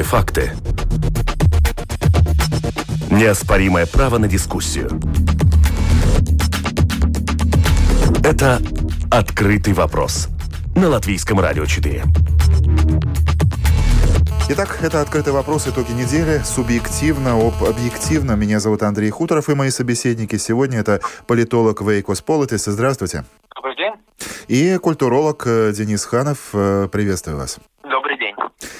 Объективные факты. Неоспоримое право на дискуссию. Это «Открытый вопрос» на Латвийском радио 4. Итак, это «Открытый вопрос. Итоги недели». Субъективно об объективном. Меня зовут Андрей Хуторов, и мои собеседники сегодня это политолог Вейкос Политис. Здравствуйте. Добрый день. И культуролог Денис Ханов. Приветствую вас. Добрый день.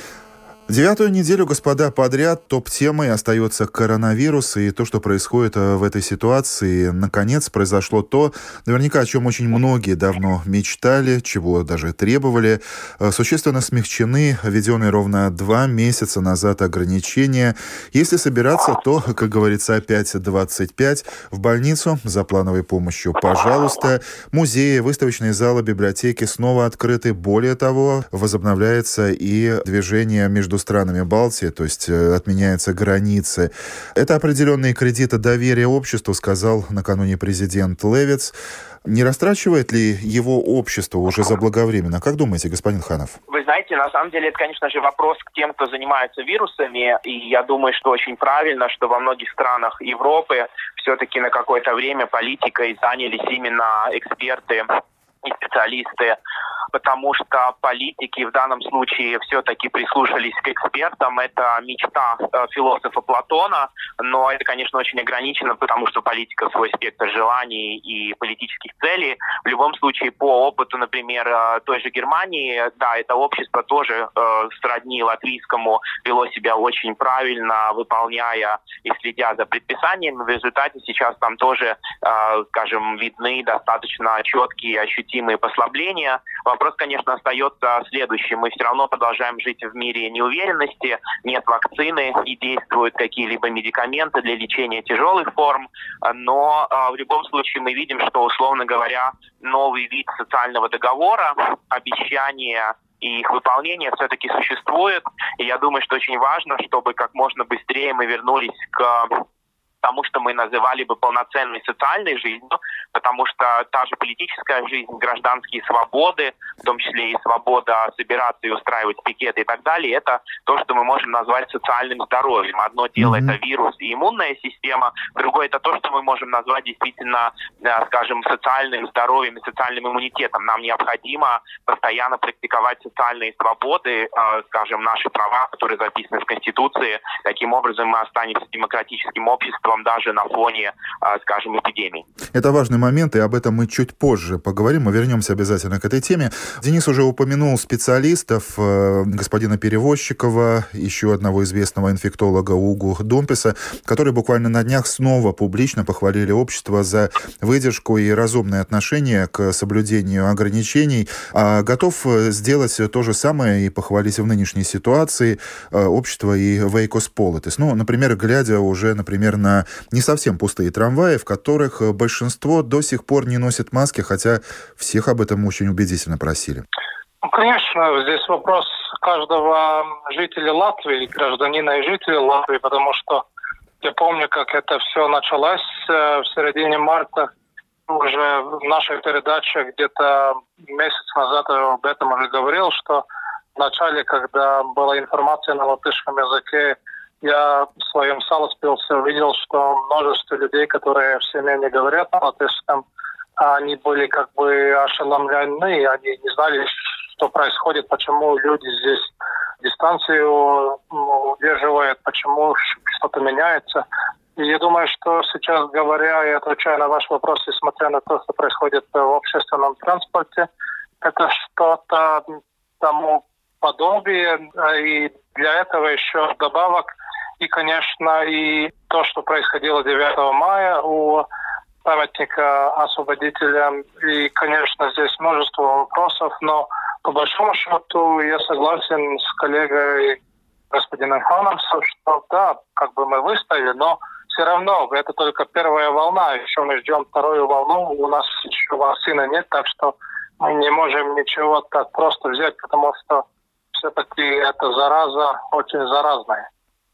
9-ю неделю, господа, подряд топ-темой остается коронавирус и то, что происходит в этой ситуации. Наконец произошло то, наверняка, о чем очень многие давно мечтали, чего даже требовали. Существенно смягчены введенные ровно 2 месяца назад ограничения. Если собираться, то, как говорится, опять 25. В больницу за плановой помощью, пожалуйста. Музеи, выставочные залы, библиотеки снова открыты. Более того, возобновляется и движение между странами Балтии, то есть отменяются границы. Это определенные кредиты доверия обществу, сказал накануне президент Левец. Не растрачивает ли его общество уже заблаговременно? Как думаете, господин Ханов? Вы знаете, на самом деле это, конечно же, вопрос к тем, кто занимается вирусами. И я думаю, что очень правильно, что во многих странах Европы все-таки на какое-то время политикой занялись именно эксперты и специалисты, потому что политики в данном случае все-таки прислушались к экспертам. Это мечта философа Платона, но это, конечно, очень ограничено, потому что политика свой спектр желаний и политических целей. В любом случае, по опыту, например, той же Германии, да, это общество тоже сродни латвийскому, вело себя очень правильно, выполняя и следя за предписаниями. В результате сейчас там тоже, скажем, видны достаточно четкие, ощутимые послабления. Вопрос, конечно, остается следующим. Мы все равно продолжаем жить в мире неуверенности, нет вакцины, не действуют какие-либо медикаменты для лечения тяжелых форм, но в любом случае мы видим, что, условно говоря, новый вид социального договора, обещания и их выполнение все-таки существует. И я думаю, что очень важно, чтобы как можно быстрее мы вернулись к тому, что мы называли бы полноценной социальной жизнью, потому что та же политическая жизнь, гражданские свободы, в том числе и свобода собираться и устраивать пикеты и так далее, это то, что мы можем назвать социальным здоровьем. Одно дело это вирус и иммунная система, другое это то, что мы можем назвать действительно, скажем, социальным здоровьем и социальным иммунитетом. Нам необходимо постоянно практиковать социальные свободы, скажем, наши права, которые записаны в Конституции. Таким образом мы останемся демократическим обществом даже на фоне, скажем, эпидемии. Это важный момент, и об этом мы чуть позже поговорим. Мы вернемся обязательно к этой теме. Денис уже упомянул специалистов, господина Перевозчикова, еще одного известного инфектолога Угу Думписа, которые буквально на днях снова публично похвалили общество за выдержку и разумное отношение к соблюдению ограничений. Готов сделать то же самое и похвалить в нынешней ситуации общество и Вейкос Политис. Ну, например, глядя уже, на не совсем пустые трамваи, в которых большинство до сих пор не носит маски, хотя всех об этом очень убедительно просили. Ну, конечно, здесь вопрос каждого жителя Латвии, гражданина и жителя Латвии, потому что я помню, как это все началось в середине марта. Уже в нашей передаче где-то месяц назад я об этом уже говорил, что в начале, когда была информация на латышском языке, я в своем Саласпилсе увидел, что множество людей, которые в семье не говорят на латышском, они были как бы ошеломлены, они не знали, что происходит, почему люди здесь дистанцию удерживают, почему что-то меняется. И я думаю, что сейчас, говоря и отвечая на ваш вопрос, и смотря на то, что происходит в общественном транспорте, это что-то тому подобие, и для этого еще добавок. И, конечно, и то, что происходило 9 мая у памятника освободителям. И, конечно, здесь множество вопросов, но по большому счету я согласен с коллегой господином Ханамсом, что да, как бы мы выставили, но все равно это только первая волна. Еще мы ждем вторую волну, у нас еще вакцины нет, так что мы не можем ничего так просто взять, потому что все-таки эта зараза очень заразная.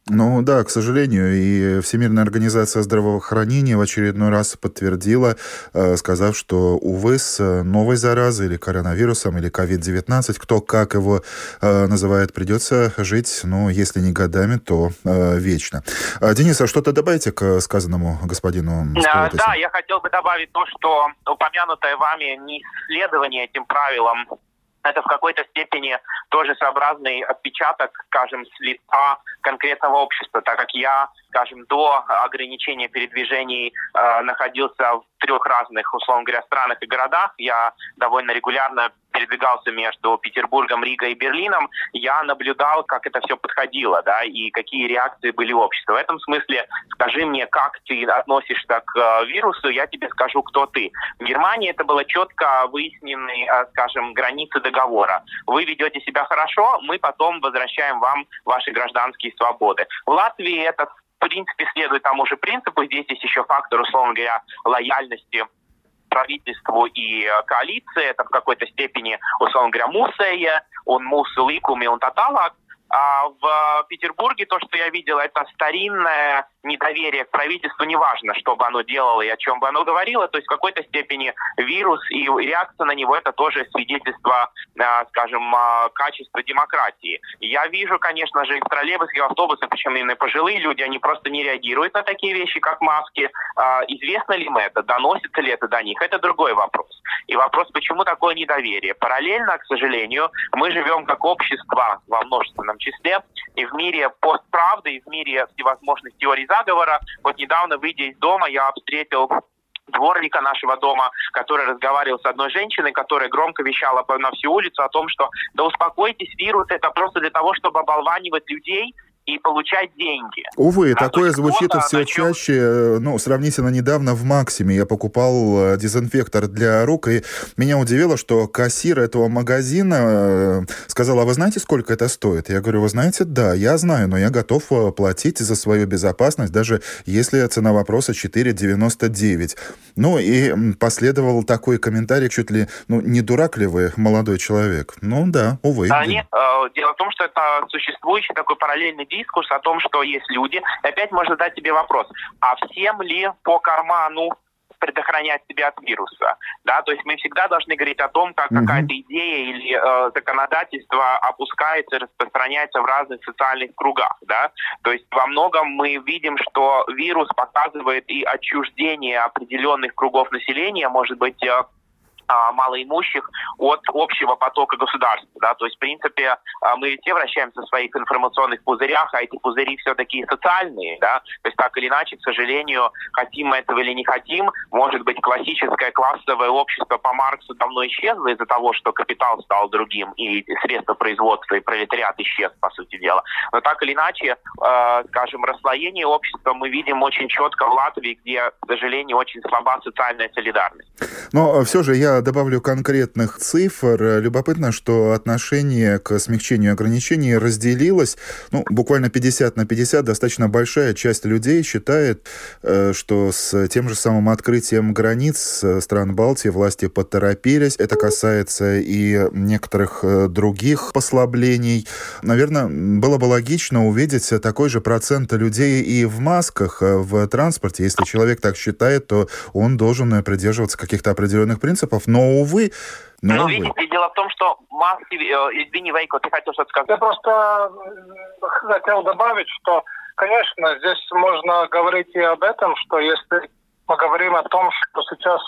Ну да, к сожалению, и Всемирная организация здравоохранения в очередной раз подтвердила, сказав, что, увы, с новой заразой или коронавирусом, или COVID-19, кто как его называет, придется жить, ну, если не годами, то вечно. Денис, а что-то добавите к сказанному господину Сколотису? Да, я хотел бы добавить то, что упомянутое вами неисследование этим правилам, это в какой-то степени тоже своеобразный отпечаток, скажем, с лица конкретного общества, так как я, скажем, до ограничения передвижений находился в 3 разных, условно говоря, странах и городах. Я довольно регулярно передвигался между Петербургом, Ригой и Берлином. Я наблюдал, как это все подходило, да, и какие реакции были у общества. В этом смысле скажи мне, как ты относишься к вирусу, я тебе скажу, кто ты. В Германии это было четко выяснены, скажем, границы договора. Вы ведете себя хорошо, мы потом возвращаем вам ваши гражданские свободы. В Латвии это, в принципе, следует тому же принципу. Здесь есть еще фактор, условно говоря, лояльности правительству и коалиции. Это в какой-то степени, условно говоря, мусея, он мусуликум и он таталак. А в Петербурге то, что я видел, это старинное недоверие к правительству, неважно, что бы оно делало и о чем бы оно говорило. То есть в какой-то степени вирус и реакция на него – это тоже свидетельство, скажем, качества демократии. Я вижу, конечно же, и в троллейбусах, и в автобусах, причем именно пожилые люди, они просто не реагируют на такие вещи, как маски. Известно ли им это, доносится ли это до них – это другой вопрос. И вопрос, почему такое недоверие. Параллельно, к сожалению, мы живем как общество во множественном числе, и в мире постправды, и в мире всевозможных теорий заговора. Вот недавно, выйдя из дома, я встретил дворника нашего дома, который разговаривал с одной женщиной, которая громко вещала на всю улицу о том, что да успокойтесь, вирус это просто для того, чтобы оболванивать людей и получать деньги. Увы, такое звучит все чаще. Ну, сравнительно недавно в Максиме я покупал дезинфектор для рук, и меня удивило, что кассир этого магазина сказала: а вы знаете, сколько это стоит? Я говорю: вы знаете, да, я знаю, но я готов платить за свою безопасность, даже если цена вопроса 4,99. Ну, и последовал такой комментарий, чуть ли, ну, не дурак ли вы, молодой человек? Ну, да, увы. Нет, дело в том, что это существующий такой параллельный дискурс о том, что есть люди. Опять можно задать себе вопрос, а всем ли по карману предохранять себя от вируса? Да, то есть мы всегда должны говорить о том, как какая-то идея или законодательство опускается и распространяется в разных социальных кругах. Да? То есть во многом мы видим, что вирус показывает и отчуждение определенных кругов населения, может быть, малоимущих от общего потока государства. Да? То есть, в принципе, мы все вращаемся в своих информационных пузырях, а эти пузыри все-таки социальные. Да? То есть, так или иначе, к сожалению, хотим мы этого или не хотим, может быть, классическое классовое общество по Марксу давно исчезло из-за того, что капитал стал другим, и средства производства, и пролетариат исчез, по сути дела. Но так или иначе, скажем, расслоение общества мы видим очень четко в Латвии, где, к сожалению, очень слаба социальная солидарность. Но все же я добавлю конкретных цифр. Любопытно, что отношение к смягчению ограничений разделилось. Ну, буквально 50 на 50. Достаточно большая часть людей считает, что с тем же самым открытием границ стран Балтии власти поторопились. Это касается и некоторых других послаблений. Наверное, было бы логично увидеть такой же процент людей и в масках в транспорте. Если человек так считает, то он должен придерживаться каких-то определенных принципов. Но, увы... видите, дело в том, что маски... Извини, Вейко, ты хотел что-то сказать? Я просто хотел добавить, что, конечно, здесь можно говорить и об этом, что если мы говорим о том, что сейчас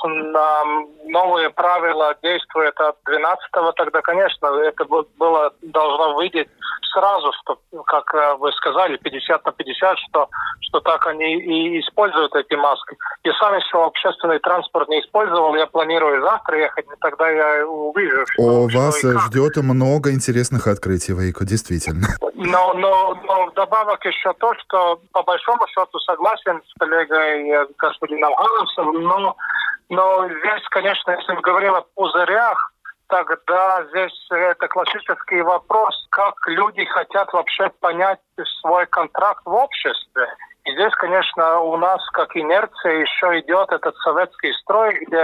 новые правила действуют от 12-го, тогда, конечно, это должно выйти сразу, что, как вы сказали, 50 на 50, что так они и используют эти маски. Я сам еще общественный транспорт не использовал, я планирую завтра ехать, и тогда я увижу, что... Вас ждет много интересных открытий, Вейко, действительно. Но вдобавок еще то, что по большому счету согласен с коллегой господином Галласом, но здесь, конечно, если мы говорим о пузырях, тогда здесь это классический вопрос, как люди хотят вообще понять свой контракт в обществе. И здесь, конечно, у нас как инерция еще идет этот советский строй, где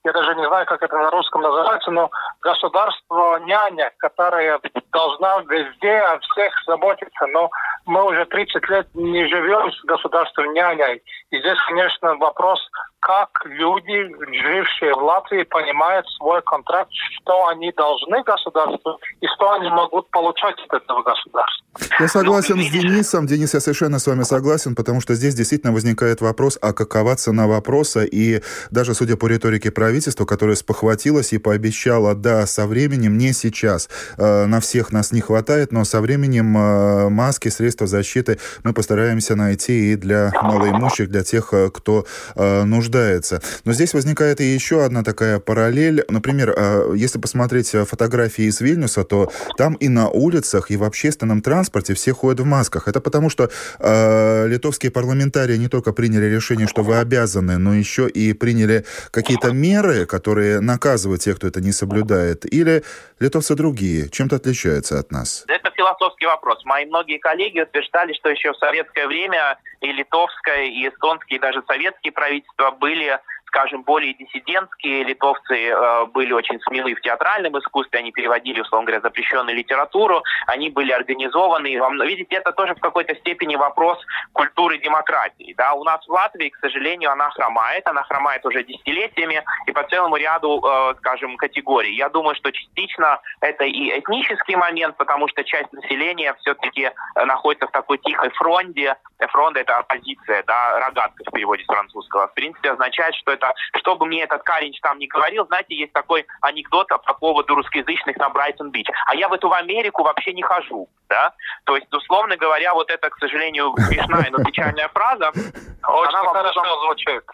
я даже не знаю, как это на русском называется, но государство-няня, которая должна везде о всех заботиться. Но мы уже 30 лет не живем с государством-няней. И здесь, конечно, вопрос, как люди, жившие в Латвии, понимают свой контракт, что они должны государству и что они могут получать от этого государства. Я согласен с Денисом. Денис, я совершенно с вами согласен, потому что здесь действительно возникает вопрос, а какова цена вопроса? И даже судя по риторике правительства, которое спохватилось и пообещало, да, со временем, не сейчас, на всех нас не хватает, но со временем маски, средства защиты мы постараемся найти и для малоимущих, для тех, кто нуждается. Но здесь возникает и еще одна такая параллель. Например, если посмотреть фотографии из Вильнюса, то там и на улицах, и в общественном транспорте все ходят в масках. Это потому, что литовские парламентарии не только приняли решение, что вы обязаны, но еще и приняли какие-то меры, которые наказывают тех, кто это не соблюдает. Или литовцы другие, чем-то отличаются от нас? Это философский вопрос. Мои многие коллеги утверждали, что еще в советское время и литовское, и эстонские, и даже советские правительства были, скажем, более диссидентские. Литовцы были очень смелы в театральном искусстве, они переводили, условно говоря, запрещенную литературу, они были организованы. Видите, это тоже в какой-то степени вопрос культуры демократии. Да? У нас в Латвии, к сожалению, она хромает уже десятилетиями и по целому ряду, скажем, категорий. Я думаю, что частично это и этнический момент, потому что часть населения все-таки находится в такой тихой фронте. Фронт — это оппозиция, да, рогатка в переводе с французского. В принципе, означает, что это, что бы мне этот Каринч там ни говорил, знаете, есть такой анекдот по поводу русскоязычных на Брайтон-Бич. А я в эту Америку вообще не хожу, да? То есть, условно говоря, вот это, к сожалению, смешная, но печальная фраза. Очень хорошо звучит.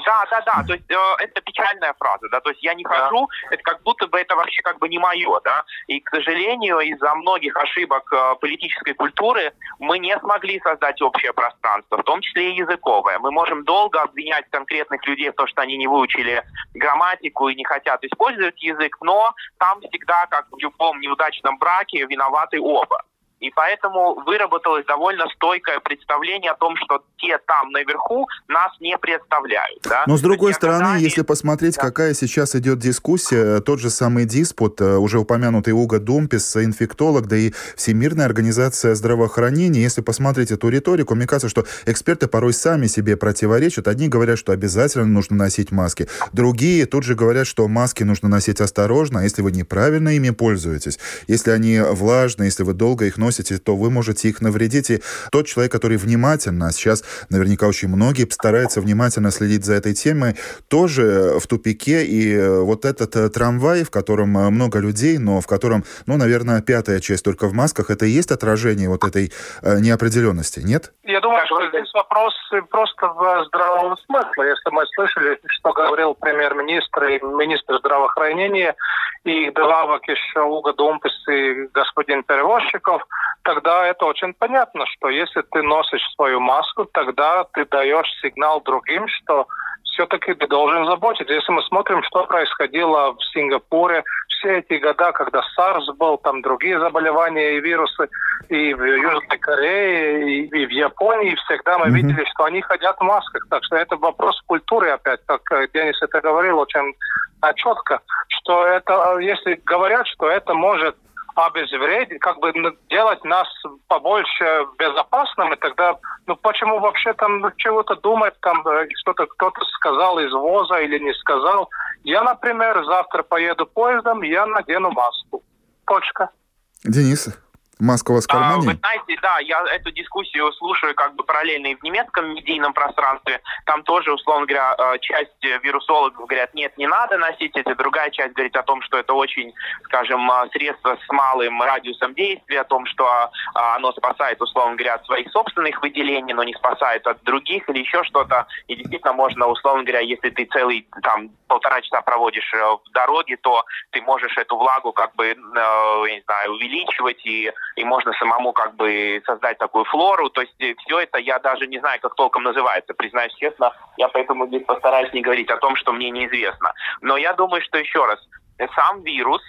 Да. То есть, это печальная фраза, да. То есть, я не хожу, это как будто бы это вообще как бы не мое, да. И, к сожалению, из-за многих ошибок политической культуры мы не смогли создать общее пространство, в том числе и языковое. Мы можем долго обвинять конкретных людей в том, что они не выучили грамматику и не хотят использовать язык, но там всегда, как в любом неудачном браке, виноваты оба. И поэтому выработалось довольно стойкое представление о том, что те там наверху нас не представляют. Да? Но с другой стороны, если посмотреть, какая сейчас идет дискуссия, тот же самый диспут, уже упомянутый Уго Думпис, инфектолог, да и Всемирная организация здравоохранения, если посмотреть эту риторику, мне кажется, что эксперты порой сами себе противоречат. Одни говорят, что обязательно нужно носить маски, другие тут же говорят, что маски нужно носить осторожно, а если вы неправильно ими пользуетесь, если они влажные, если вы долго их носите, то вы можете их навредить. И тот человек, который внимательно, сейчас наверняка очень многие стараются внимательно следить за этой темой, тоже в тупике. И вот этот трамвай, в котором много людей, но в котором, наверное, пятая часть только в масках, это и есть отражение вот этой неопределенности, нет? Я думаю, что здесь вопрос просто в здравом смысле. Если мы слышали, что говорил премьер-министр и министр здравоохранения, и добавок еще Уго Думпис и господин Перевозчиков, тогда это очень понятно, что если ты носишь свою маску, тогда ты даешь сигнал другим, что все-таки ты должен заботиться. Если мы смотрим, что происходило в Сингапуре все эти года, когда SARS был, там другие заболевания и вирусы, и в Южной Корее, и в Японии, всегда мы видели, что они ходят в масках. Так что это вопрос культуры опять, как Денис это говорил очень четко, что это, если говорят, что это может обезвредить, как бы делать нас побольше безопасными, тогда, почему вообще там чего-то думать, там что-то кто-то сказал из ВОЗа или не сказал. Я, например, завтра поеду поездом, я надену маску. Точка. Денис, маска у вас в кармане? Вы знаете, да, я эту дискуссию слушаю как бы параллельно и в немецком медийном пространстве. Там тоже, условно говоря, часть вирусологов говорят, нет, не надо носить это. Другая часть говорит о том, что это очень, скажем, средство с малым радиусом действия, о том, что оно спасает, условно говоря, от своих собственных выделений, но не спасает от других или еще что-то. И действительно можно, условно говоря, если ты целый там 1,5 часа проводишь в дороге, то ты можешь эту влагу как бы, я не знаю, увеличивать и можно самому как бы создать такую флору. То есть все это я даже не знаю, как толком называется, признаюсь честно. Я поэтому здесь постараюсь не говорить о том, что мне неизвестно. Но я думаю, что еще раз, сам вирус,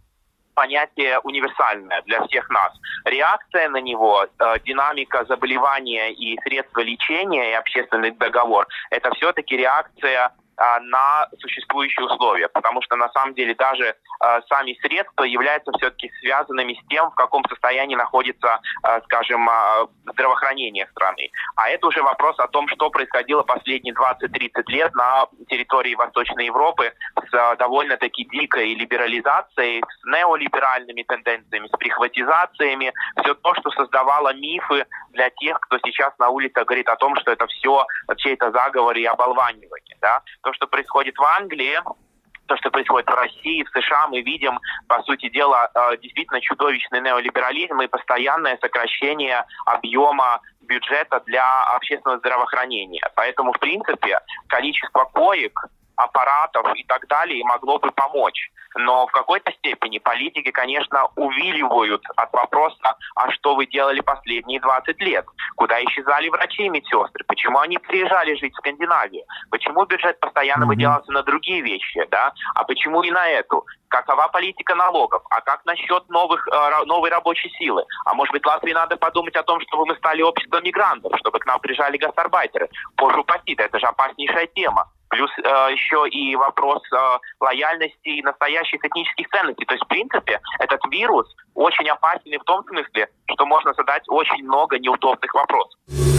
понятие универсальное для всех нас. Реакция на него, динамика заболевания и средства лечения, и общественный договор, это все-таки реакция на существующие условия, потому что на самом деле даже сами средства являются все-таки связанными с тем, в каком состоянии находится, скажем, здравоохранение страны. А это уже вопрос о том, что происходило последние 20-30 лет на территории Восточной Европы с довольно-таки дикой либерализацией, с неолиберальными тенденциями, с прихватизациями, все то, что создавало мифы для тех, кто сейчас на улице говорит о том, что это все чей-то заговор и оболванивание. Да? То, что происходит в Англии, то, что происходит в России, в США, мы видим, по сути дела, действительно чудовищный неолиберализм и постоянное сокращение объема бюджета для общественного здравоохранения. Поэтому, в принципе, количество коек, аппаратов и так далее могло бы помочь. Но в какой-то степени политики, конечно, увиливают от вопроса, а что вы делали последние 20 лет? Куда исчезали врачи и медсестры? Почему они приезжали жить в Скандинавию? Почему бюджет постоянно выделялся на другие вещи? Да? А почему и на эту? Какова политика налогов? А как насчет новой рабочей силы? А может быть, Латвии надо подумать о том, чтобы мы стали обществом мигрантов, чтобы к нам приезжали гастарбайтеры? Боже упаси, это же опаснейшая тема. Плюс еще и вопрос лояльности и настоящих этнических ценностей. То есть, в принципе, этот вирус очень опасен и в том смысле, что можно задать очень много неудобных вопросов.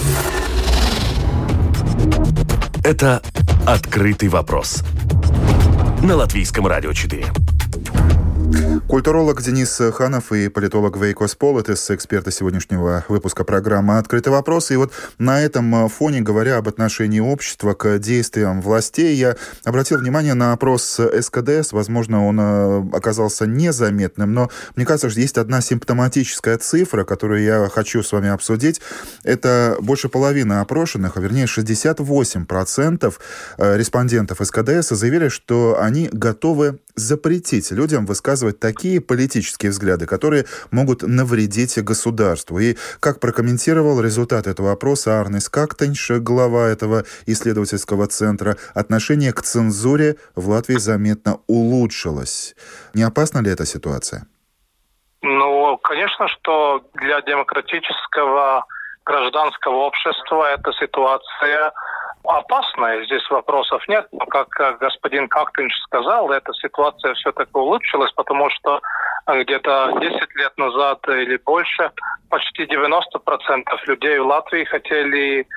Это «Открытый вопрос» на Латвийском радио 4. Культуролог Денис Ханов и политолог Вейко Сполотис, эксперты сегодняшнего выпуска программы «Открытый вопрос». И вот на этом фоне, говоря об отношении общества к действиям властей, я обратил внимание на опрос СКДС. Возможно, он оказался незаметным, но мне кажется, что есть одна симптоматическая цифра, которую я хочу с вами обсудить. Это больше половины опрошенных, а вернее 68% респондентов СКДС заявили, что они готовы запретить людям высказывать такие политические взгляды, которые могут навредить государству. И как прокомментировал результат этого опроса Арнис Кактенш, глава этого исследовательского центра, отношение к цензуре в Латвии заметно улучшилось. Не опасна ли эта ситуация? Ну, конечно, что для демократического гражданского общества эта ситуация опасная, здесь вопросов нет, но как господин Кактенш сказал, эта ситуация все-таки улучшилась, потому что где-то 10 лет назад или больше почти 90% людей в Латвии хотели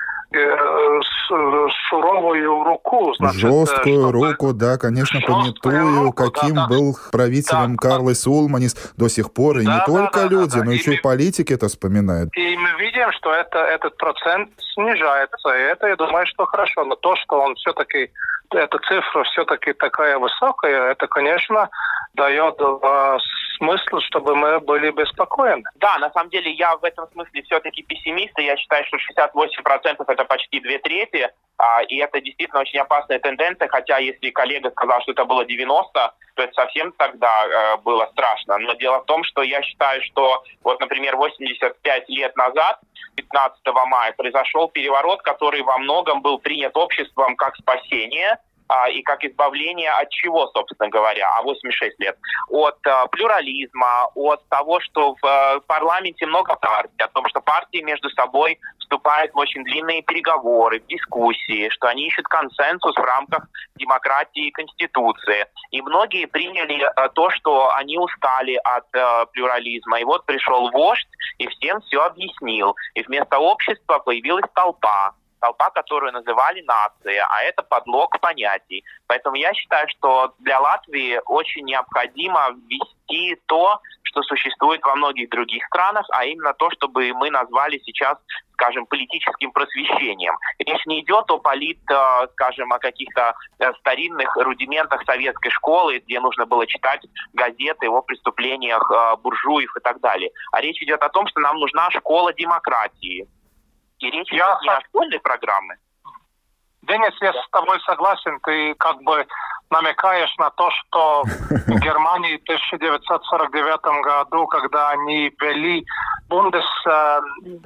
суровую руку. Значит, жесткую руку, да, конечно, понятую, каким был правителем Карлис Улманис до сих пор. И не только люди, но еще и политики это вспоминают. И мы видим, что этот процент снижается. И это, я думаю, что хорошо. Но то, что он все-таки, эта цифра все-таки такая высокая, это, конечно, дает смысл, чтобы мы были беспокоены. Да, на самом деле я в этом смысле все-таки пессимист, и я считаю, что 68% это почти 2/3, и это действительно очень опасная тенденция, хотя если коллега сказал, что это было 90%, то это совсем тогда было страшно. Но дело в том, что я считаю, что вот, например, 85 лет назад, 15 мая, произошел переворот, который во многом был принят обществом как спасение, и как избавление от чего, собственно говоря, 86 лет? От плюрализма, от того, что в парламенте много партий, о том, что партии между собой вступают в очень длинные переговоры, дискуссии, что они ищут консенсус в рамках демократии и конституции. И многие приняли то, что они устали от плюрализма. И вот пришел вождь и всем все объяснил. И вместо общества появилась толпа, которую называли нацией, а это подлог понятий. Поэтому я считаю, что для Латвии очень необходимо ввести то, что существует во многих других странах, а именно то, чтобы мы назвали сейчас, скажем, политическим просвещением. Речь не идет о скажем, о каких-то старинных рудиментах советской школы, где нужно было читать газеты о преступлениях буржуев и так далее. А речь идет о том, что нам нужна школа демократии. И речь идет не о школьной программе. Денис, я с тобой согласен. Ты как бы намекаешь на то, что в Германии в 1949 году, когда они ввели Bundesamt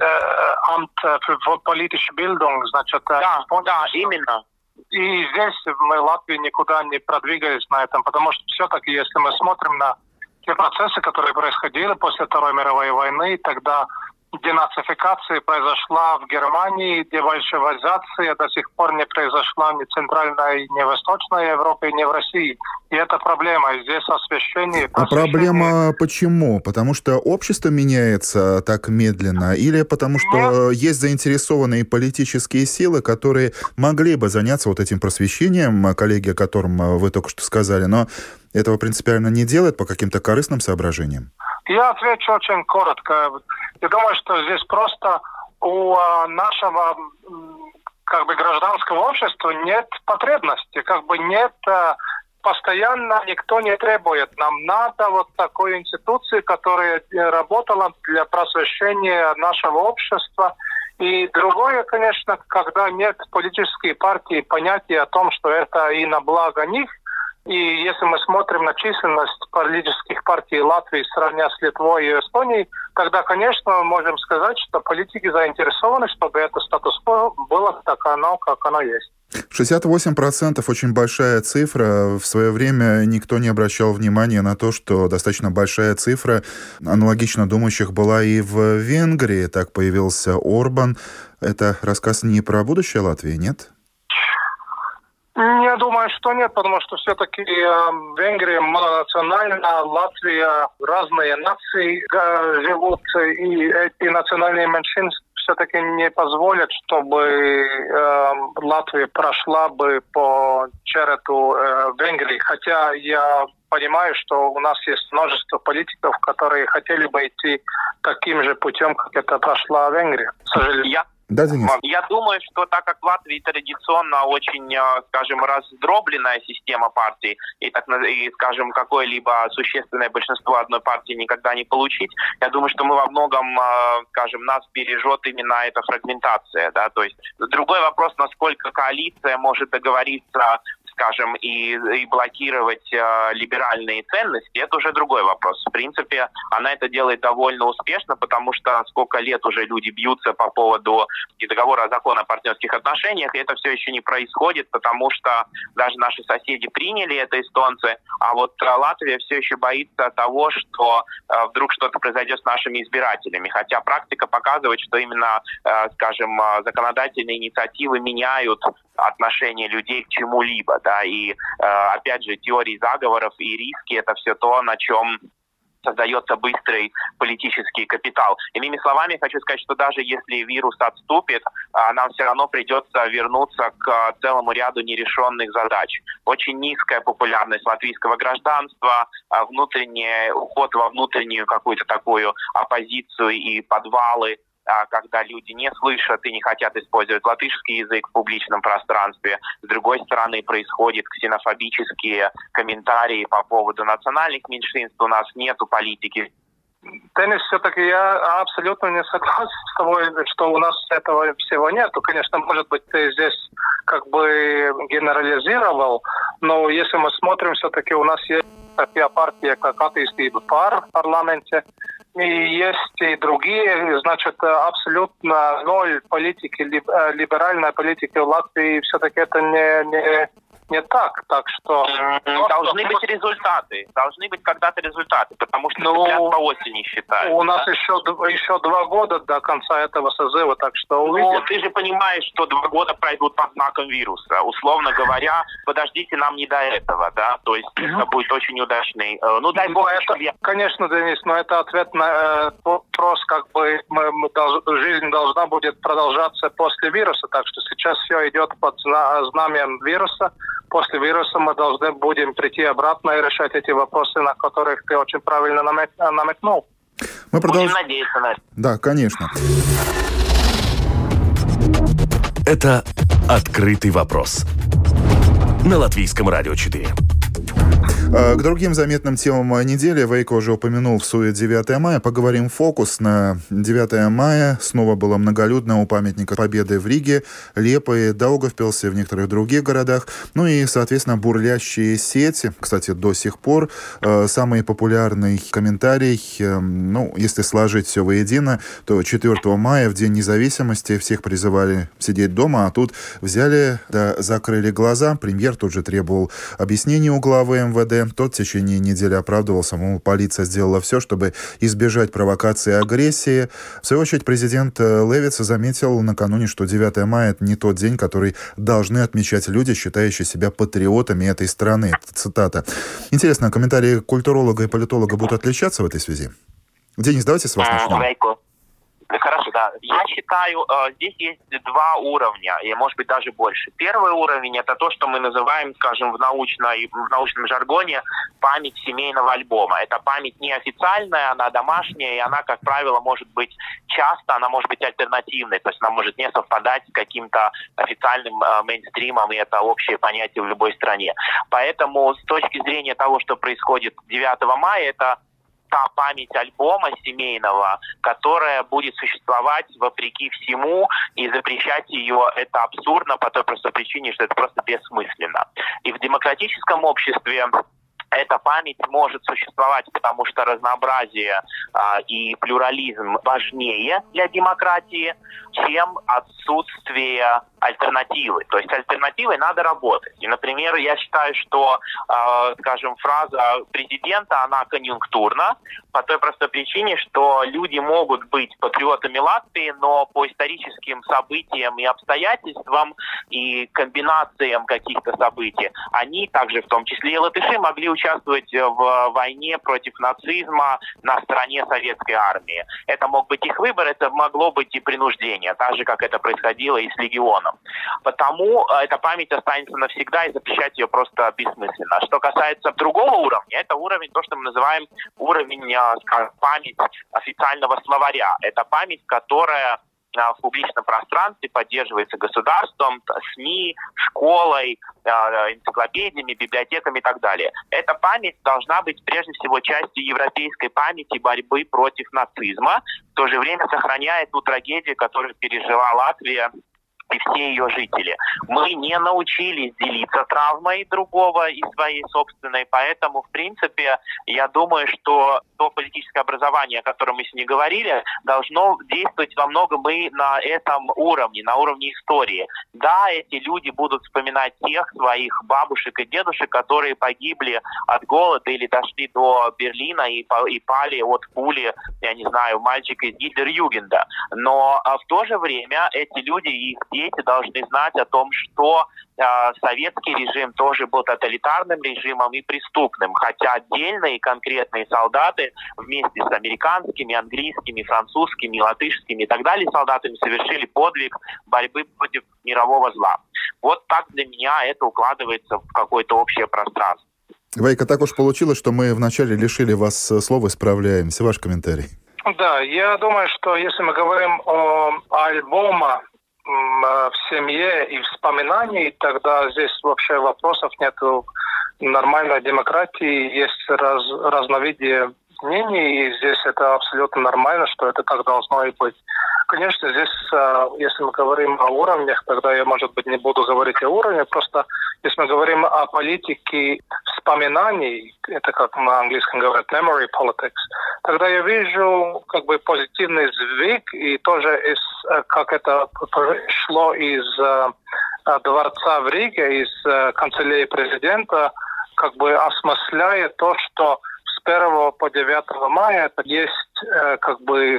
für politische Bildung, значит... Да, именно. И здесь мы в Латвии никуда не продвигались на этом, потому что все-таки, если мы смотрим на те процессы, которые происходили после Второй мировой войны, тогда денацификация произошла в Германии, девальшевизация до сих пор не произошла ни в Центральной, ни в Восточной Европе, ни в России. И это проблема. И здесь освещение... А проблема почему? Потому что общество меняется так медленно? Или потому что есть заинтересованные политические силы, которые могли бы заняться вот этим просвещением, коллеги, о котором вы только что сказали, но этого принципиально не делают по каким-то корыстным соображениям? Я отвечу очень коротко. Я думаю, что здесь просто у нашего гражданского общества нет потребности, нет постоянно никто не требует. Нам надо вот такой институции, которая работала для просвещения нашего общества. И другое, конечно, когда нет политической партии понятия о том, что это и на благо них. И если мы смотрим на численность политических партий Латвии, сравня с Литвой и Эстонией, тогда, конечно, мы можем сказать, что политики заинтересованы, чтобы это статус-кво было как оно есть. 68% очень большая цифра. В свое время никто не обращал внимания на то, что достаточно большая цифра аналогично думающих была и в Венгрии. Так появился Орбан. Это рассказ не про будущее Латвии, нет? Я думаю, что нет, потому что все-таки Венгрия мононациональна, Латвия, разные нации живут, и эти национальные меньшинства все-таки не позволят, чтобы Латвия прошла бы по череду Венгрии. Хотя я понимаю, что у нас есть множество политиков, которые хотели бы идти таким же путем, как это прошла Венгрия. К сожалению. Да, Денис. Я думаю, что так как в Латвии традиционно очень, раздробленная система партий, и скажем, какое-либо существенное большинство одной партии никогда не получить, я думаю, что мы во многом, нас бережет именно эта фрагментация, да, то есть другой вопрос, насколько коалиция может договориться, и блокировать либеральные ценности, это уже другой вопрос. В принципе, она это делает довольно успешно, потому что сколько лет уже люди бьются по поводу договора о законе о партнерских отношениях, и это все еще не происходит, потому что даже наши соседи приняли это, эстонцы, а вот Латвия все еще боится того, что вдруг что-то произойдет с нашими избирателями. Хотя практика показывает, что именно, законодательные инициативы меняют отношение людей к чему-либо, да, и опять же теории заговоров и риски — это все то, на чем создается быстрый политический капитал. Иными словами, хочу сказать, что даже если вирус отступит, нам все равно придется вернуться к целому ряду нерешенных задач. Очень низкая популярность латвийского гражданства, внутренний уход во внутреннюю какую-то такую оппозицию и подвалы, когда люди не слышат и не хотят использовать латышский язык в публичном пространстве. С другой стороны, происходят ксенофобические комментарии по поводу национальных меньшинств. У нас нету политики. Денис, все-таки я абсолютно не согласен с тобой, что у нас этого всего нету. Конечно, может быть, ты здесь генерализировал, но если мы смотрим, все-таки у нас есть такая партия, как «Attīstība par» в парламенте, и есть и другие, абсолютно ноль политики, либеральной политики в Латвии, все-таки это не так, так что... Должны быть результаты, должны быть когда-то результаты, потому что сейчас по осени считают. У нас еще 2 года до конца этого созыва, так что увидим. Ты же понимаешь, что 2 года пройдут под знаком вируса. Условно говоря, подождите, нам не до этого, да, то есть это будет очень удачный. Дай бог, чтобы я... Конечно, Денис, но это ответ на вопрос, жизнь должна будет продолжаться после вируса, так что сейчас все идет под знаменем вируса. После вируса мы должны будем прийти обратно и решать эти вопросы, на которых ты очень правильно намекнул. Мы будем надеяться на это. Да, конечно. Это «Открытый вопрос» на Латвийском радио 4. К другим заметным темам недели. Вейко уже упомянул в суе 9 мая. Поговорим фокус на 9 мая. Снова было многолюдно у памятника Победы в Риге, Лепое, Даугавпилсе, в некоторых других городах. Ну и, соответственно, бурлящие сети. Кстати, до сих пор самый популярный комментарий, если сложить все воедино, то 4 мая, в День независимости, всех призывали сидеть дома, а тут взяли, да, закрыли глаза. Премьер тут же требовал объяснений у главы МВД. Латвии. Тот в течение недели оправдывался, мол, полиция сделала все, чтобы избежать провокации и агрессии. В свою очередь, президент Левица заметил накануне, что 9 мая – это не тот день, который должны отмечать люди, считающие себя патриотами этой страны. Это цитата. Интересно, комментарии культуролога и политолога будут отличаться в этой связи? Денис, давайте с вас начнем. Хорошо, да. Я считаю, здесь есть два уровня, и, может быть, даже больше. Первый уровень – это то, что мы называем, скажем, в научном жаргоне память семейного альбома. Это память неофициальная, она домашняя, и она, как правило, может быть часто, она может быть альтернативной, то есть она может не совпадать с каким-то официальным мейнстримом, и это общее понятие в любой стране. Поэтому с точки зрения того, что происходит 9 мая, это та память альбома семейного, которая будет существовать вопреки всему, и запрещать ее это абсурдно по той простой причине, что это просто бессмысленно. И в демократическом обществе эта память может существовать, потому что разнообразие и плюрализм важнее для демократии, чем отсутствие альтернативы. То есть альтернативой надо работать. И, например, я считаю, что, скажем, фраза президента, она конъюнктурна, по той простой причине, что люди могут быть патриотами Латвии, но по историческим событиям и обстоятельствам и комбинациям каких-то событий, они также, в том числе и латыши, могли участвовать в войне против нацизма на стороне советской армии. Это мог быть их выбор, это могло быть и принуждение, так же, как это происходило и с легионом. Потому эта память останется навсегда, и запрещать ее просто бессмысленно. Что касается другого уровня, это уровень, то, что мы называем уровень, скажем, память официального словаря. Это память, которая в публичном пространстве поддерживается государством, СМИ, школой, энциклопедиями, библиотеками и так далее. Эта память должна быть прежде всего частью европейской памяти борьбы против нацизма, в то же время сохраняя ту трагедию, которую пережила Латвия и все ее жители. Мы не научились делиться травмой другого и своей собственной, поэтому, в принципе, я думаю, что то политическое образование, о котором мы сегодня говорили, должно действовать во многом и на этом уровне, на уровне истории. Да, эти люди будут вспоминать тех своих бабушек и дедушек, которые погибли от голода или дошли до Берлина и пали от пули, я не знаю, мальчика из Гитлер-Югенда. Но в то же время эти люди и их дети должны знать о том, что советский режим тоже был тоталитарным режимом и преступным, хотя отдельные конкретные солдаты вместе с американскими, английскими, французскими, латышскими и так далее солдатами совершили подвиг борьбы против мирового зла. Вот так для меня это укладывается в какое-то общее пространство. Вейка, так уж получилось, что мы вначале лишили вас слова, исправляемся. Ваш комментарий. Да, я думаю, что если мы говорим о альбоме в семье и вспоминании, тогда здесь вообще вопросов нет. В нормальной демократии есть разновидие мнений, и здесь это абсолютно нормально, что это так должно и быть. Конечно, здесь, если мы говорим о уровнях, тогда я, может быть, не буду говорить о уровне, просто если мы говорим о политике вспоминаний, это как на английском говорят memory politics, тогда я вижу как бы позитивный сдвиг, и тоже как это шло из дворца в Риге, из канцелярии президента, как бы осмысляет то, что с 1 по 9 мая это есть как бы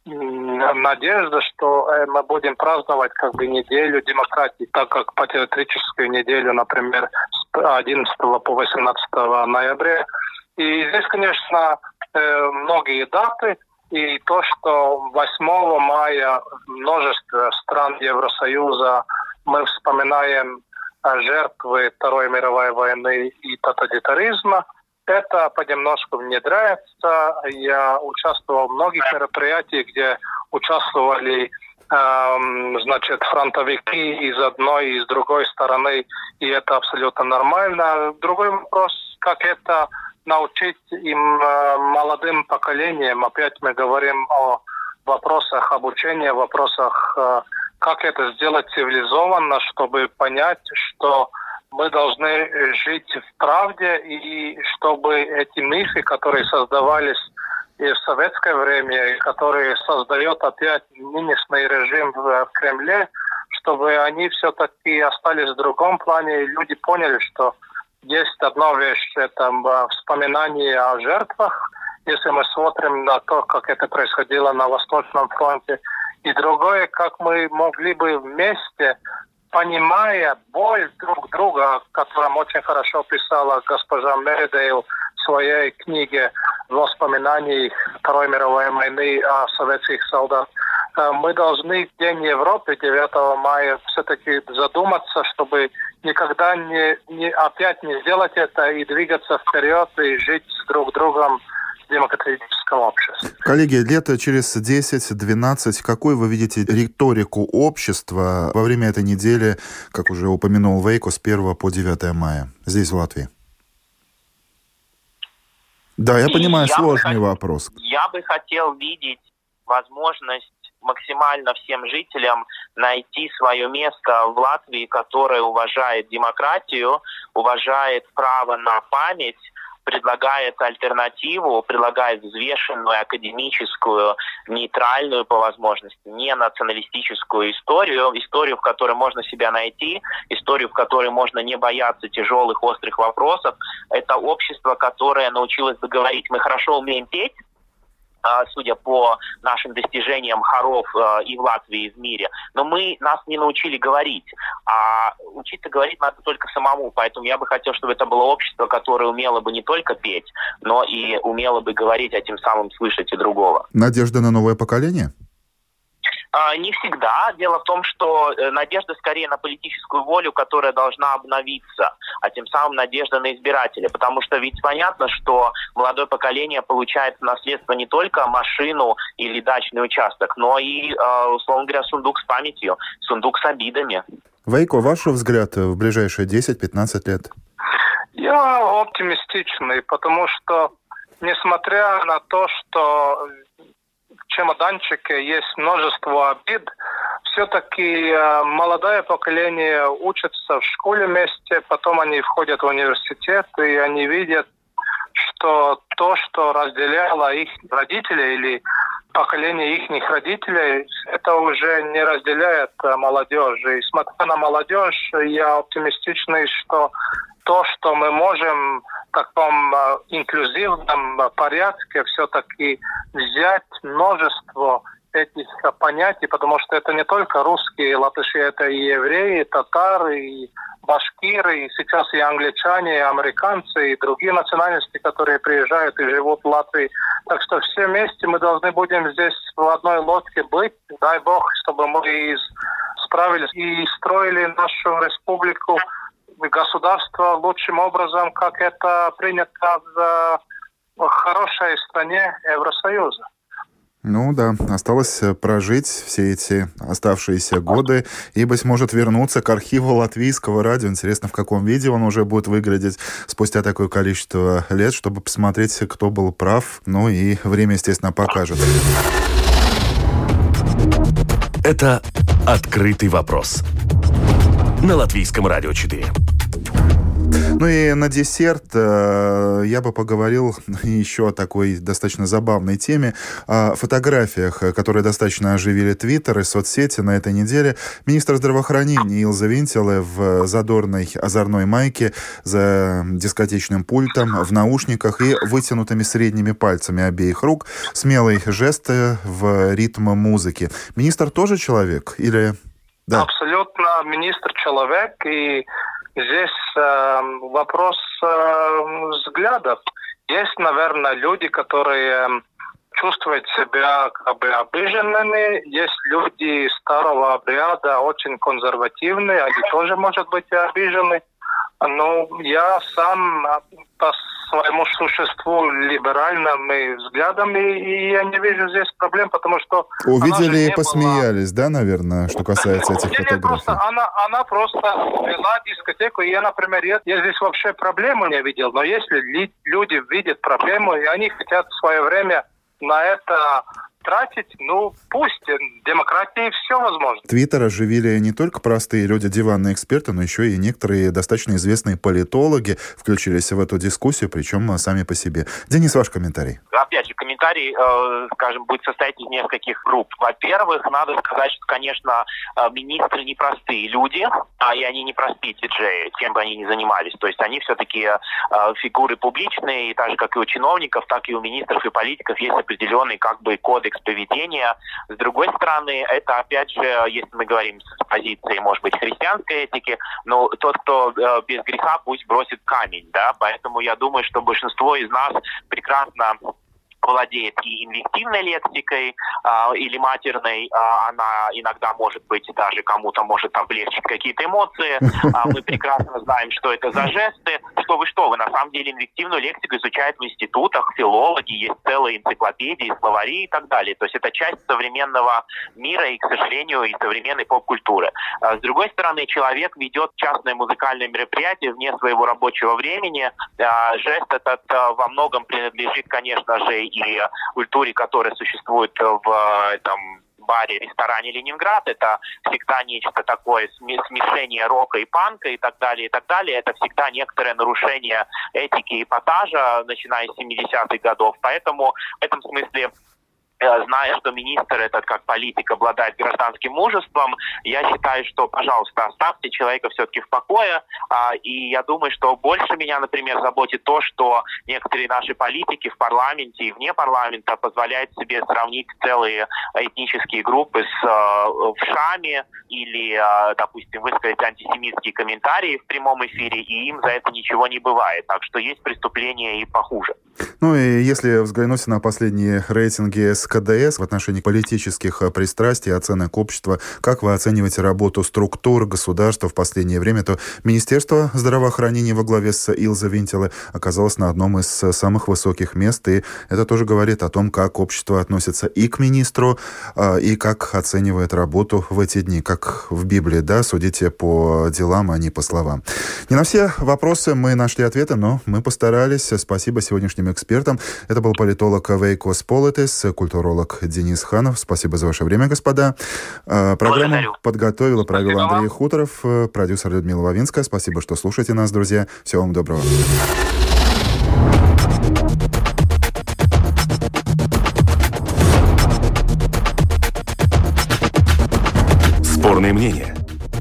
надежда, что мы будем праздновать как бы неделю демократии, так как патриотическую неделю, например, с 11 по 18 ноября. И здесь, конечно, многие даты, и то, что 8 мая множество стран Евросоюза мы вспоминаем жертвы Второй мировой войны и тоталитаризма, это понемножку внедряется. Я участвовал в многих мероприятиях, где участвовали фронтовики из одной и из другой стороны, и это абсолютно нормально. Другой вопрос, как это научить им молодым поколениям. Опять мы говорим о вопросах обучения, вопросах, как это сделать цивилизованно, чтобы понять, что мы должны жить в правде, и чтобы эти мифы, которые создавались и в советское время, и которые создает опять нынешний режим в Кремле, чтобы они все-таки остались в другом плане, и люди поняли, что есть одна вещь, это вспоминание о жертвах, если мы смотрим на то, как это происходило на Восточном фронте. И другое, как мы могли бы вместе, понимая боль друг друга, о котором очень хорошо писала госпожа Меридейл в своей книге «Воспоминания Второй мировой войны о советских солдатах», мы должны в День Европы 9 мая все-таки задуматься, чтобы никогда опять не сделать это и двигаться вперед и жить с друг другом в демократическом обществе. Коллеги, лет через 10-12, какой вы видите риторику общества во время этой недели, как уже упомянул Вейко, с 1 по 9 мая здесь, в Латвии? Да, я понимаю, сложный вопрос. Я бы хотел видеть возможность максимально всем жителям найти свое место в Латвии, которое уважает демократию, уважает право на память, предлагает альтернативу, предлагает взвешенную, академическую, нейтральную по возможности, не националистическую историю, в которой можно себя найти, историю, в которой можно не бояться тяжелых, острых вопросов. Это общество, которое научилось говорить. Мы хорошо умеем петь, судя по нашим достижениям хоров и в Латвии, и в мире. Но нас не научили говорить. А учиться говорить надо только самому. Поэтому я бы хотел, чтобы это было общество, которое умело бы не только петь, но и умело бы говорить, а тем самым слышать и другого. Надежда на новое поколение? Не всегда. Дело в том, что надежда скорее на политическую волю, которая должна обновиться, а тем самым надежда на избирателя. Потому что ведь понятно, что молодое поколение получает в наследство не только машину или дачный участок, но и, условно говоря, сундук с памятью, сундук с обидами. Вейко, ваш взгляд в ближайшие 10-15 лет? Я оптимистичный, потому что, несмотря на то, что в чемоданчике есть множество обид, все-таки молодое поколение учится в школе вместе, потом они входят в университет, и они видят, что то, что разделяло их родителей или поколение их родителей, это уже не разделяет молодежь. И смотря на молодежь, я оптимистичный, что то, что мы можем в таком инклюзивном порядке все-таки взять множество этих понятий, потому что это не только русские, латыши, это и евреи, и татары, и башкиры, и сейчас и англичане, и американцы, и другие национальности, которые приезжают и живут в Латвии. Так что все вместе мы должны будем здесь в одной лодке быть. Дай Бог, чтобы мы справились и строили нашу республику, государство лучшим образом, как это принято в хорошей стране Евросоюза. Ну да, осталось прожить все эти оставшиеся годы и, быть может, вернуться к архиву Латвийского радио. Интересно, в каком виде он уже будет выглядеть спустя такое количество лет, чтобы посмотреть, кто был прав. Ну и время, естественно, покажет. Это «Открытый вопрос» на Латвийском радио 4. Ну и на десерт я бы поговорил еще о такой достаточно забавной теме, о фотографиях, которые достаточно оживили Твиттер и соцсети на этой неделе. Министр здравоохранения Илза Винтеле в задорной озорной майке за дискотечным пультом, в наушниках и вытянутыми средними пальцами обеих рук. Смелый жест в ритм музыки. Министр тоже человек или... Да. Абсолютно министр человек, и здесь вопрос взглядов. Есть, наверное, люди, которые чувствуют себя как бы обиженными. Есть люди старого обряда, очень консервативные, они тоже, может быть, обижены. Но я сам по своему существу либеральными взглядами, и я не вижу здесь проблем, потому что... Увидели и посмеялись, да, наверное, что касается этих фотографий? Она просто вела дискотеку, и я, например, я здесь вообще проблему не видел, но если люди видят проблему, и они хотят в свое время на это тратить, пусть. Демократии все возможно. Твиттер оживили не только простые люди, диванные эксперты, но еще и некоторые достаточно известные политологи включились в эту дискуссию, причем сами по себе. Денис, ваш комментарий. Опять же, комментарий, будет состоять из нескольких групп. Во-первых, надо сказать, что, конечно, министры непростые люди, и они непростые диджеи, чем бы они ни занимались. То есть они все-таки фигуры публичные, и так же, как и у чиновников, так и у министров и политиков есть определенный кодекс поведения. С другой стороны, это, опять же, если мы говорим с позиции, может быть, христианской этики, но тот, кто без греха, пусть бросит камень, да, поэтому я думаю, что большинство из нас прекрасно владеет и инвективной лексикой, или матерной, она иногда может быть, даже кому-то может облегчить какие-то эмоции. Мы прекрасно знаем, что это за жесты. Что вы, на самом деле инвективную лексику изучают в институтах, филологи, есть целые энциклопедии, словари и так далее. То есть это часть современного мира и, к сожалению, и современной поп-культуры. С другой стороны, человек ведет частное музыкальное мероприятие вне своего рабочего времени. Жест этот во многом принадлежит, конечно же, и культуре, которая существует в этом баре, ресторане «Ленинград». Это всегда нечто такое, смешение рока и панка и так далее, и так далее. Это всегда некоторое нарушение этики эпатажа, начиная с 70-х годов. Поэтому в этом смысле, зная, что министр этот как политик обладает гражданским мужеством, я считаю, что, пожалуйста, оставьте человека все-таки в покое. И я думаю, что больше меня, например, заботит то, что некоторые наши политики в парламенте и вне парламента позволяют себе сравнить целые этнические группы с вшами или, допустим, высказать антисемитские комментарии в прямом эфире, и им за это ничего не бывает. Так что есть преступления и похуже. И если взглянуть на последние рейтинги СКДС в отношении политических пристрастий, оценок общества, как вы оцениваете работу структур государства в последнее время, то Министерство здравоохранения во главе с Илзой Винтеле оказалось на одном из самых высоких мест, и это тоже говорит о том, как общество относится и к министру, и как оценивает работу в эти дни, как в Библии, да, судите по делам, а не по словам. Не на все вопросы мы нашли ответы, но мы постарались. Спасибо сегодняшним экспертам. Это был политолог Вейкос Политис, культуролог Денис Ханов. Спасибо за ваше время, господа. Программу подготовил и провел Андрей Хуторов, продюсер Людмила Вавинская. Спасибо, что слушаете нас, друзья. Всего вам доброго. Спорные мнения.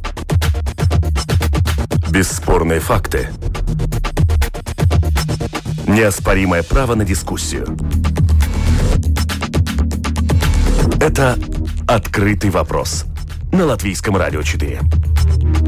Бесспорные факты. Неоспоримое право на дискуссию. Это «Открытый вопрос» на Латвийском радио 4.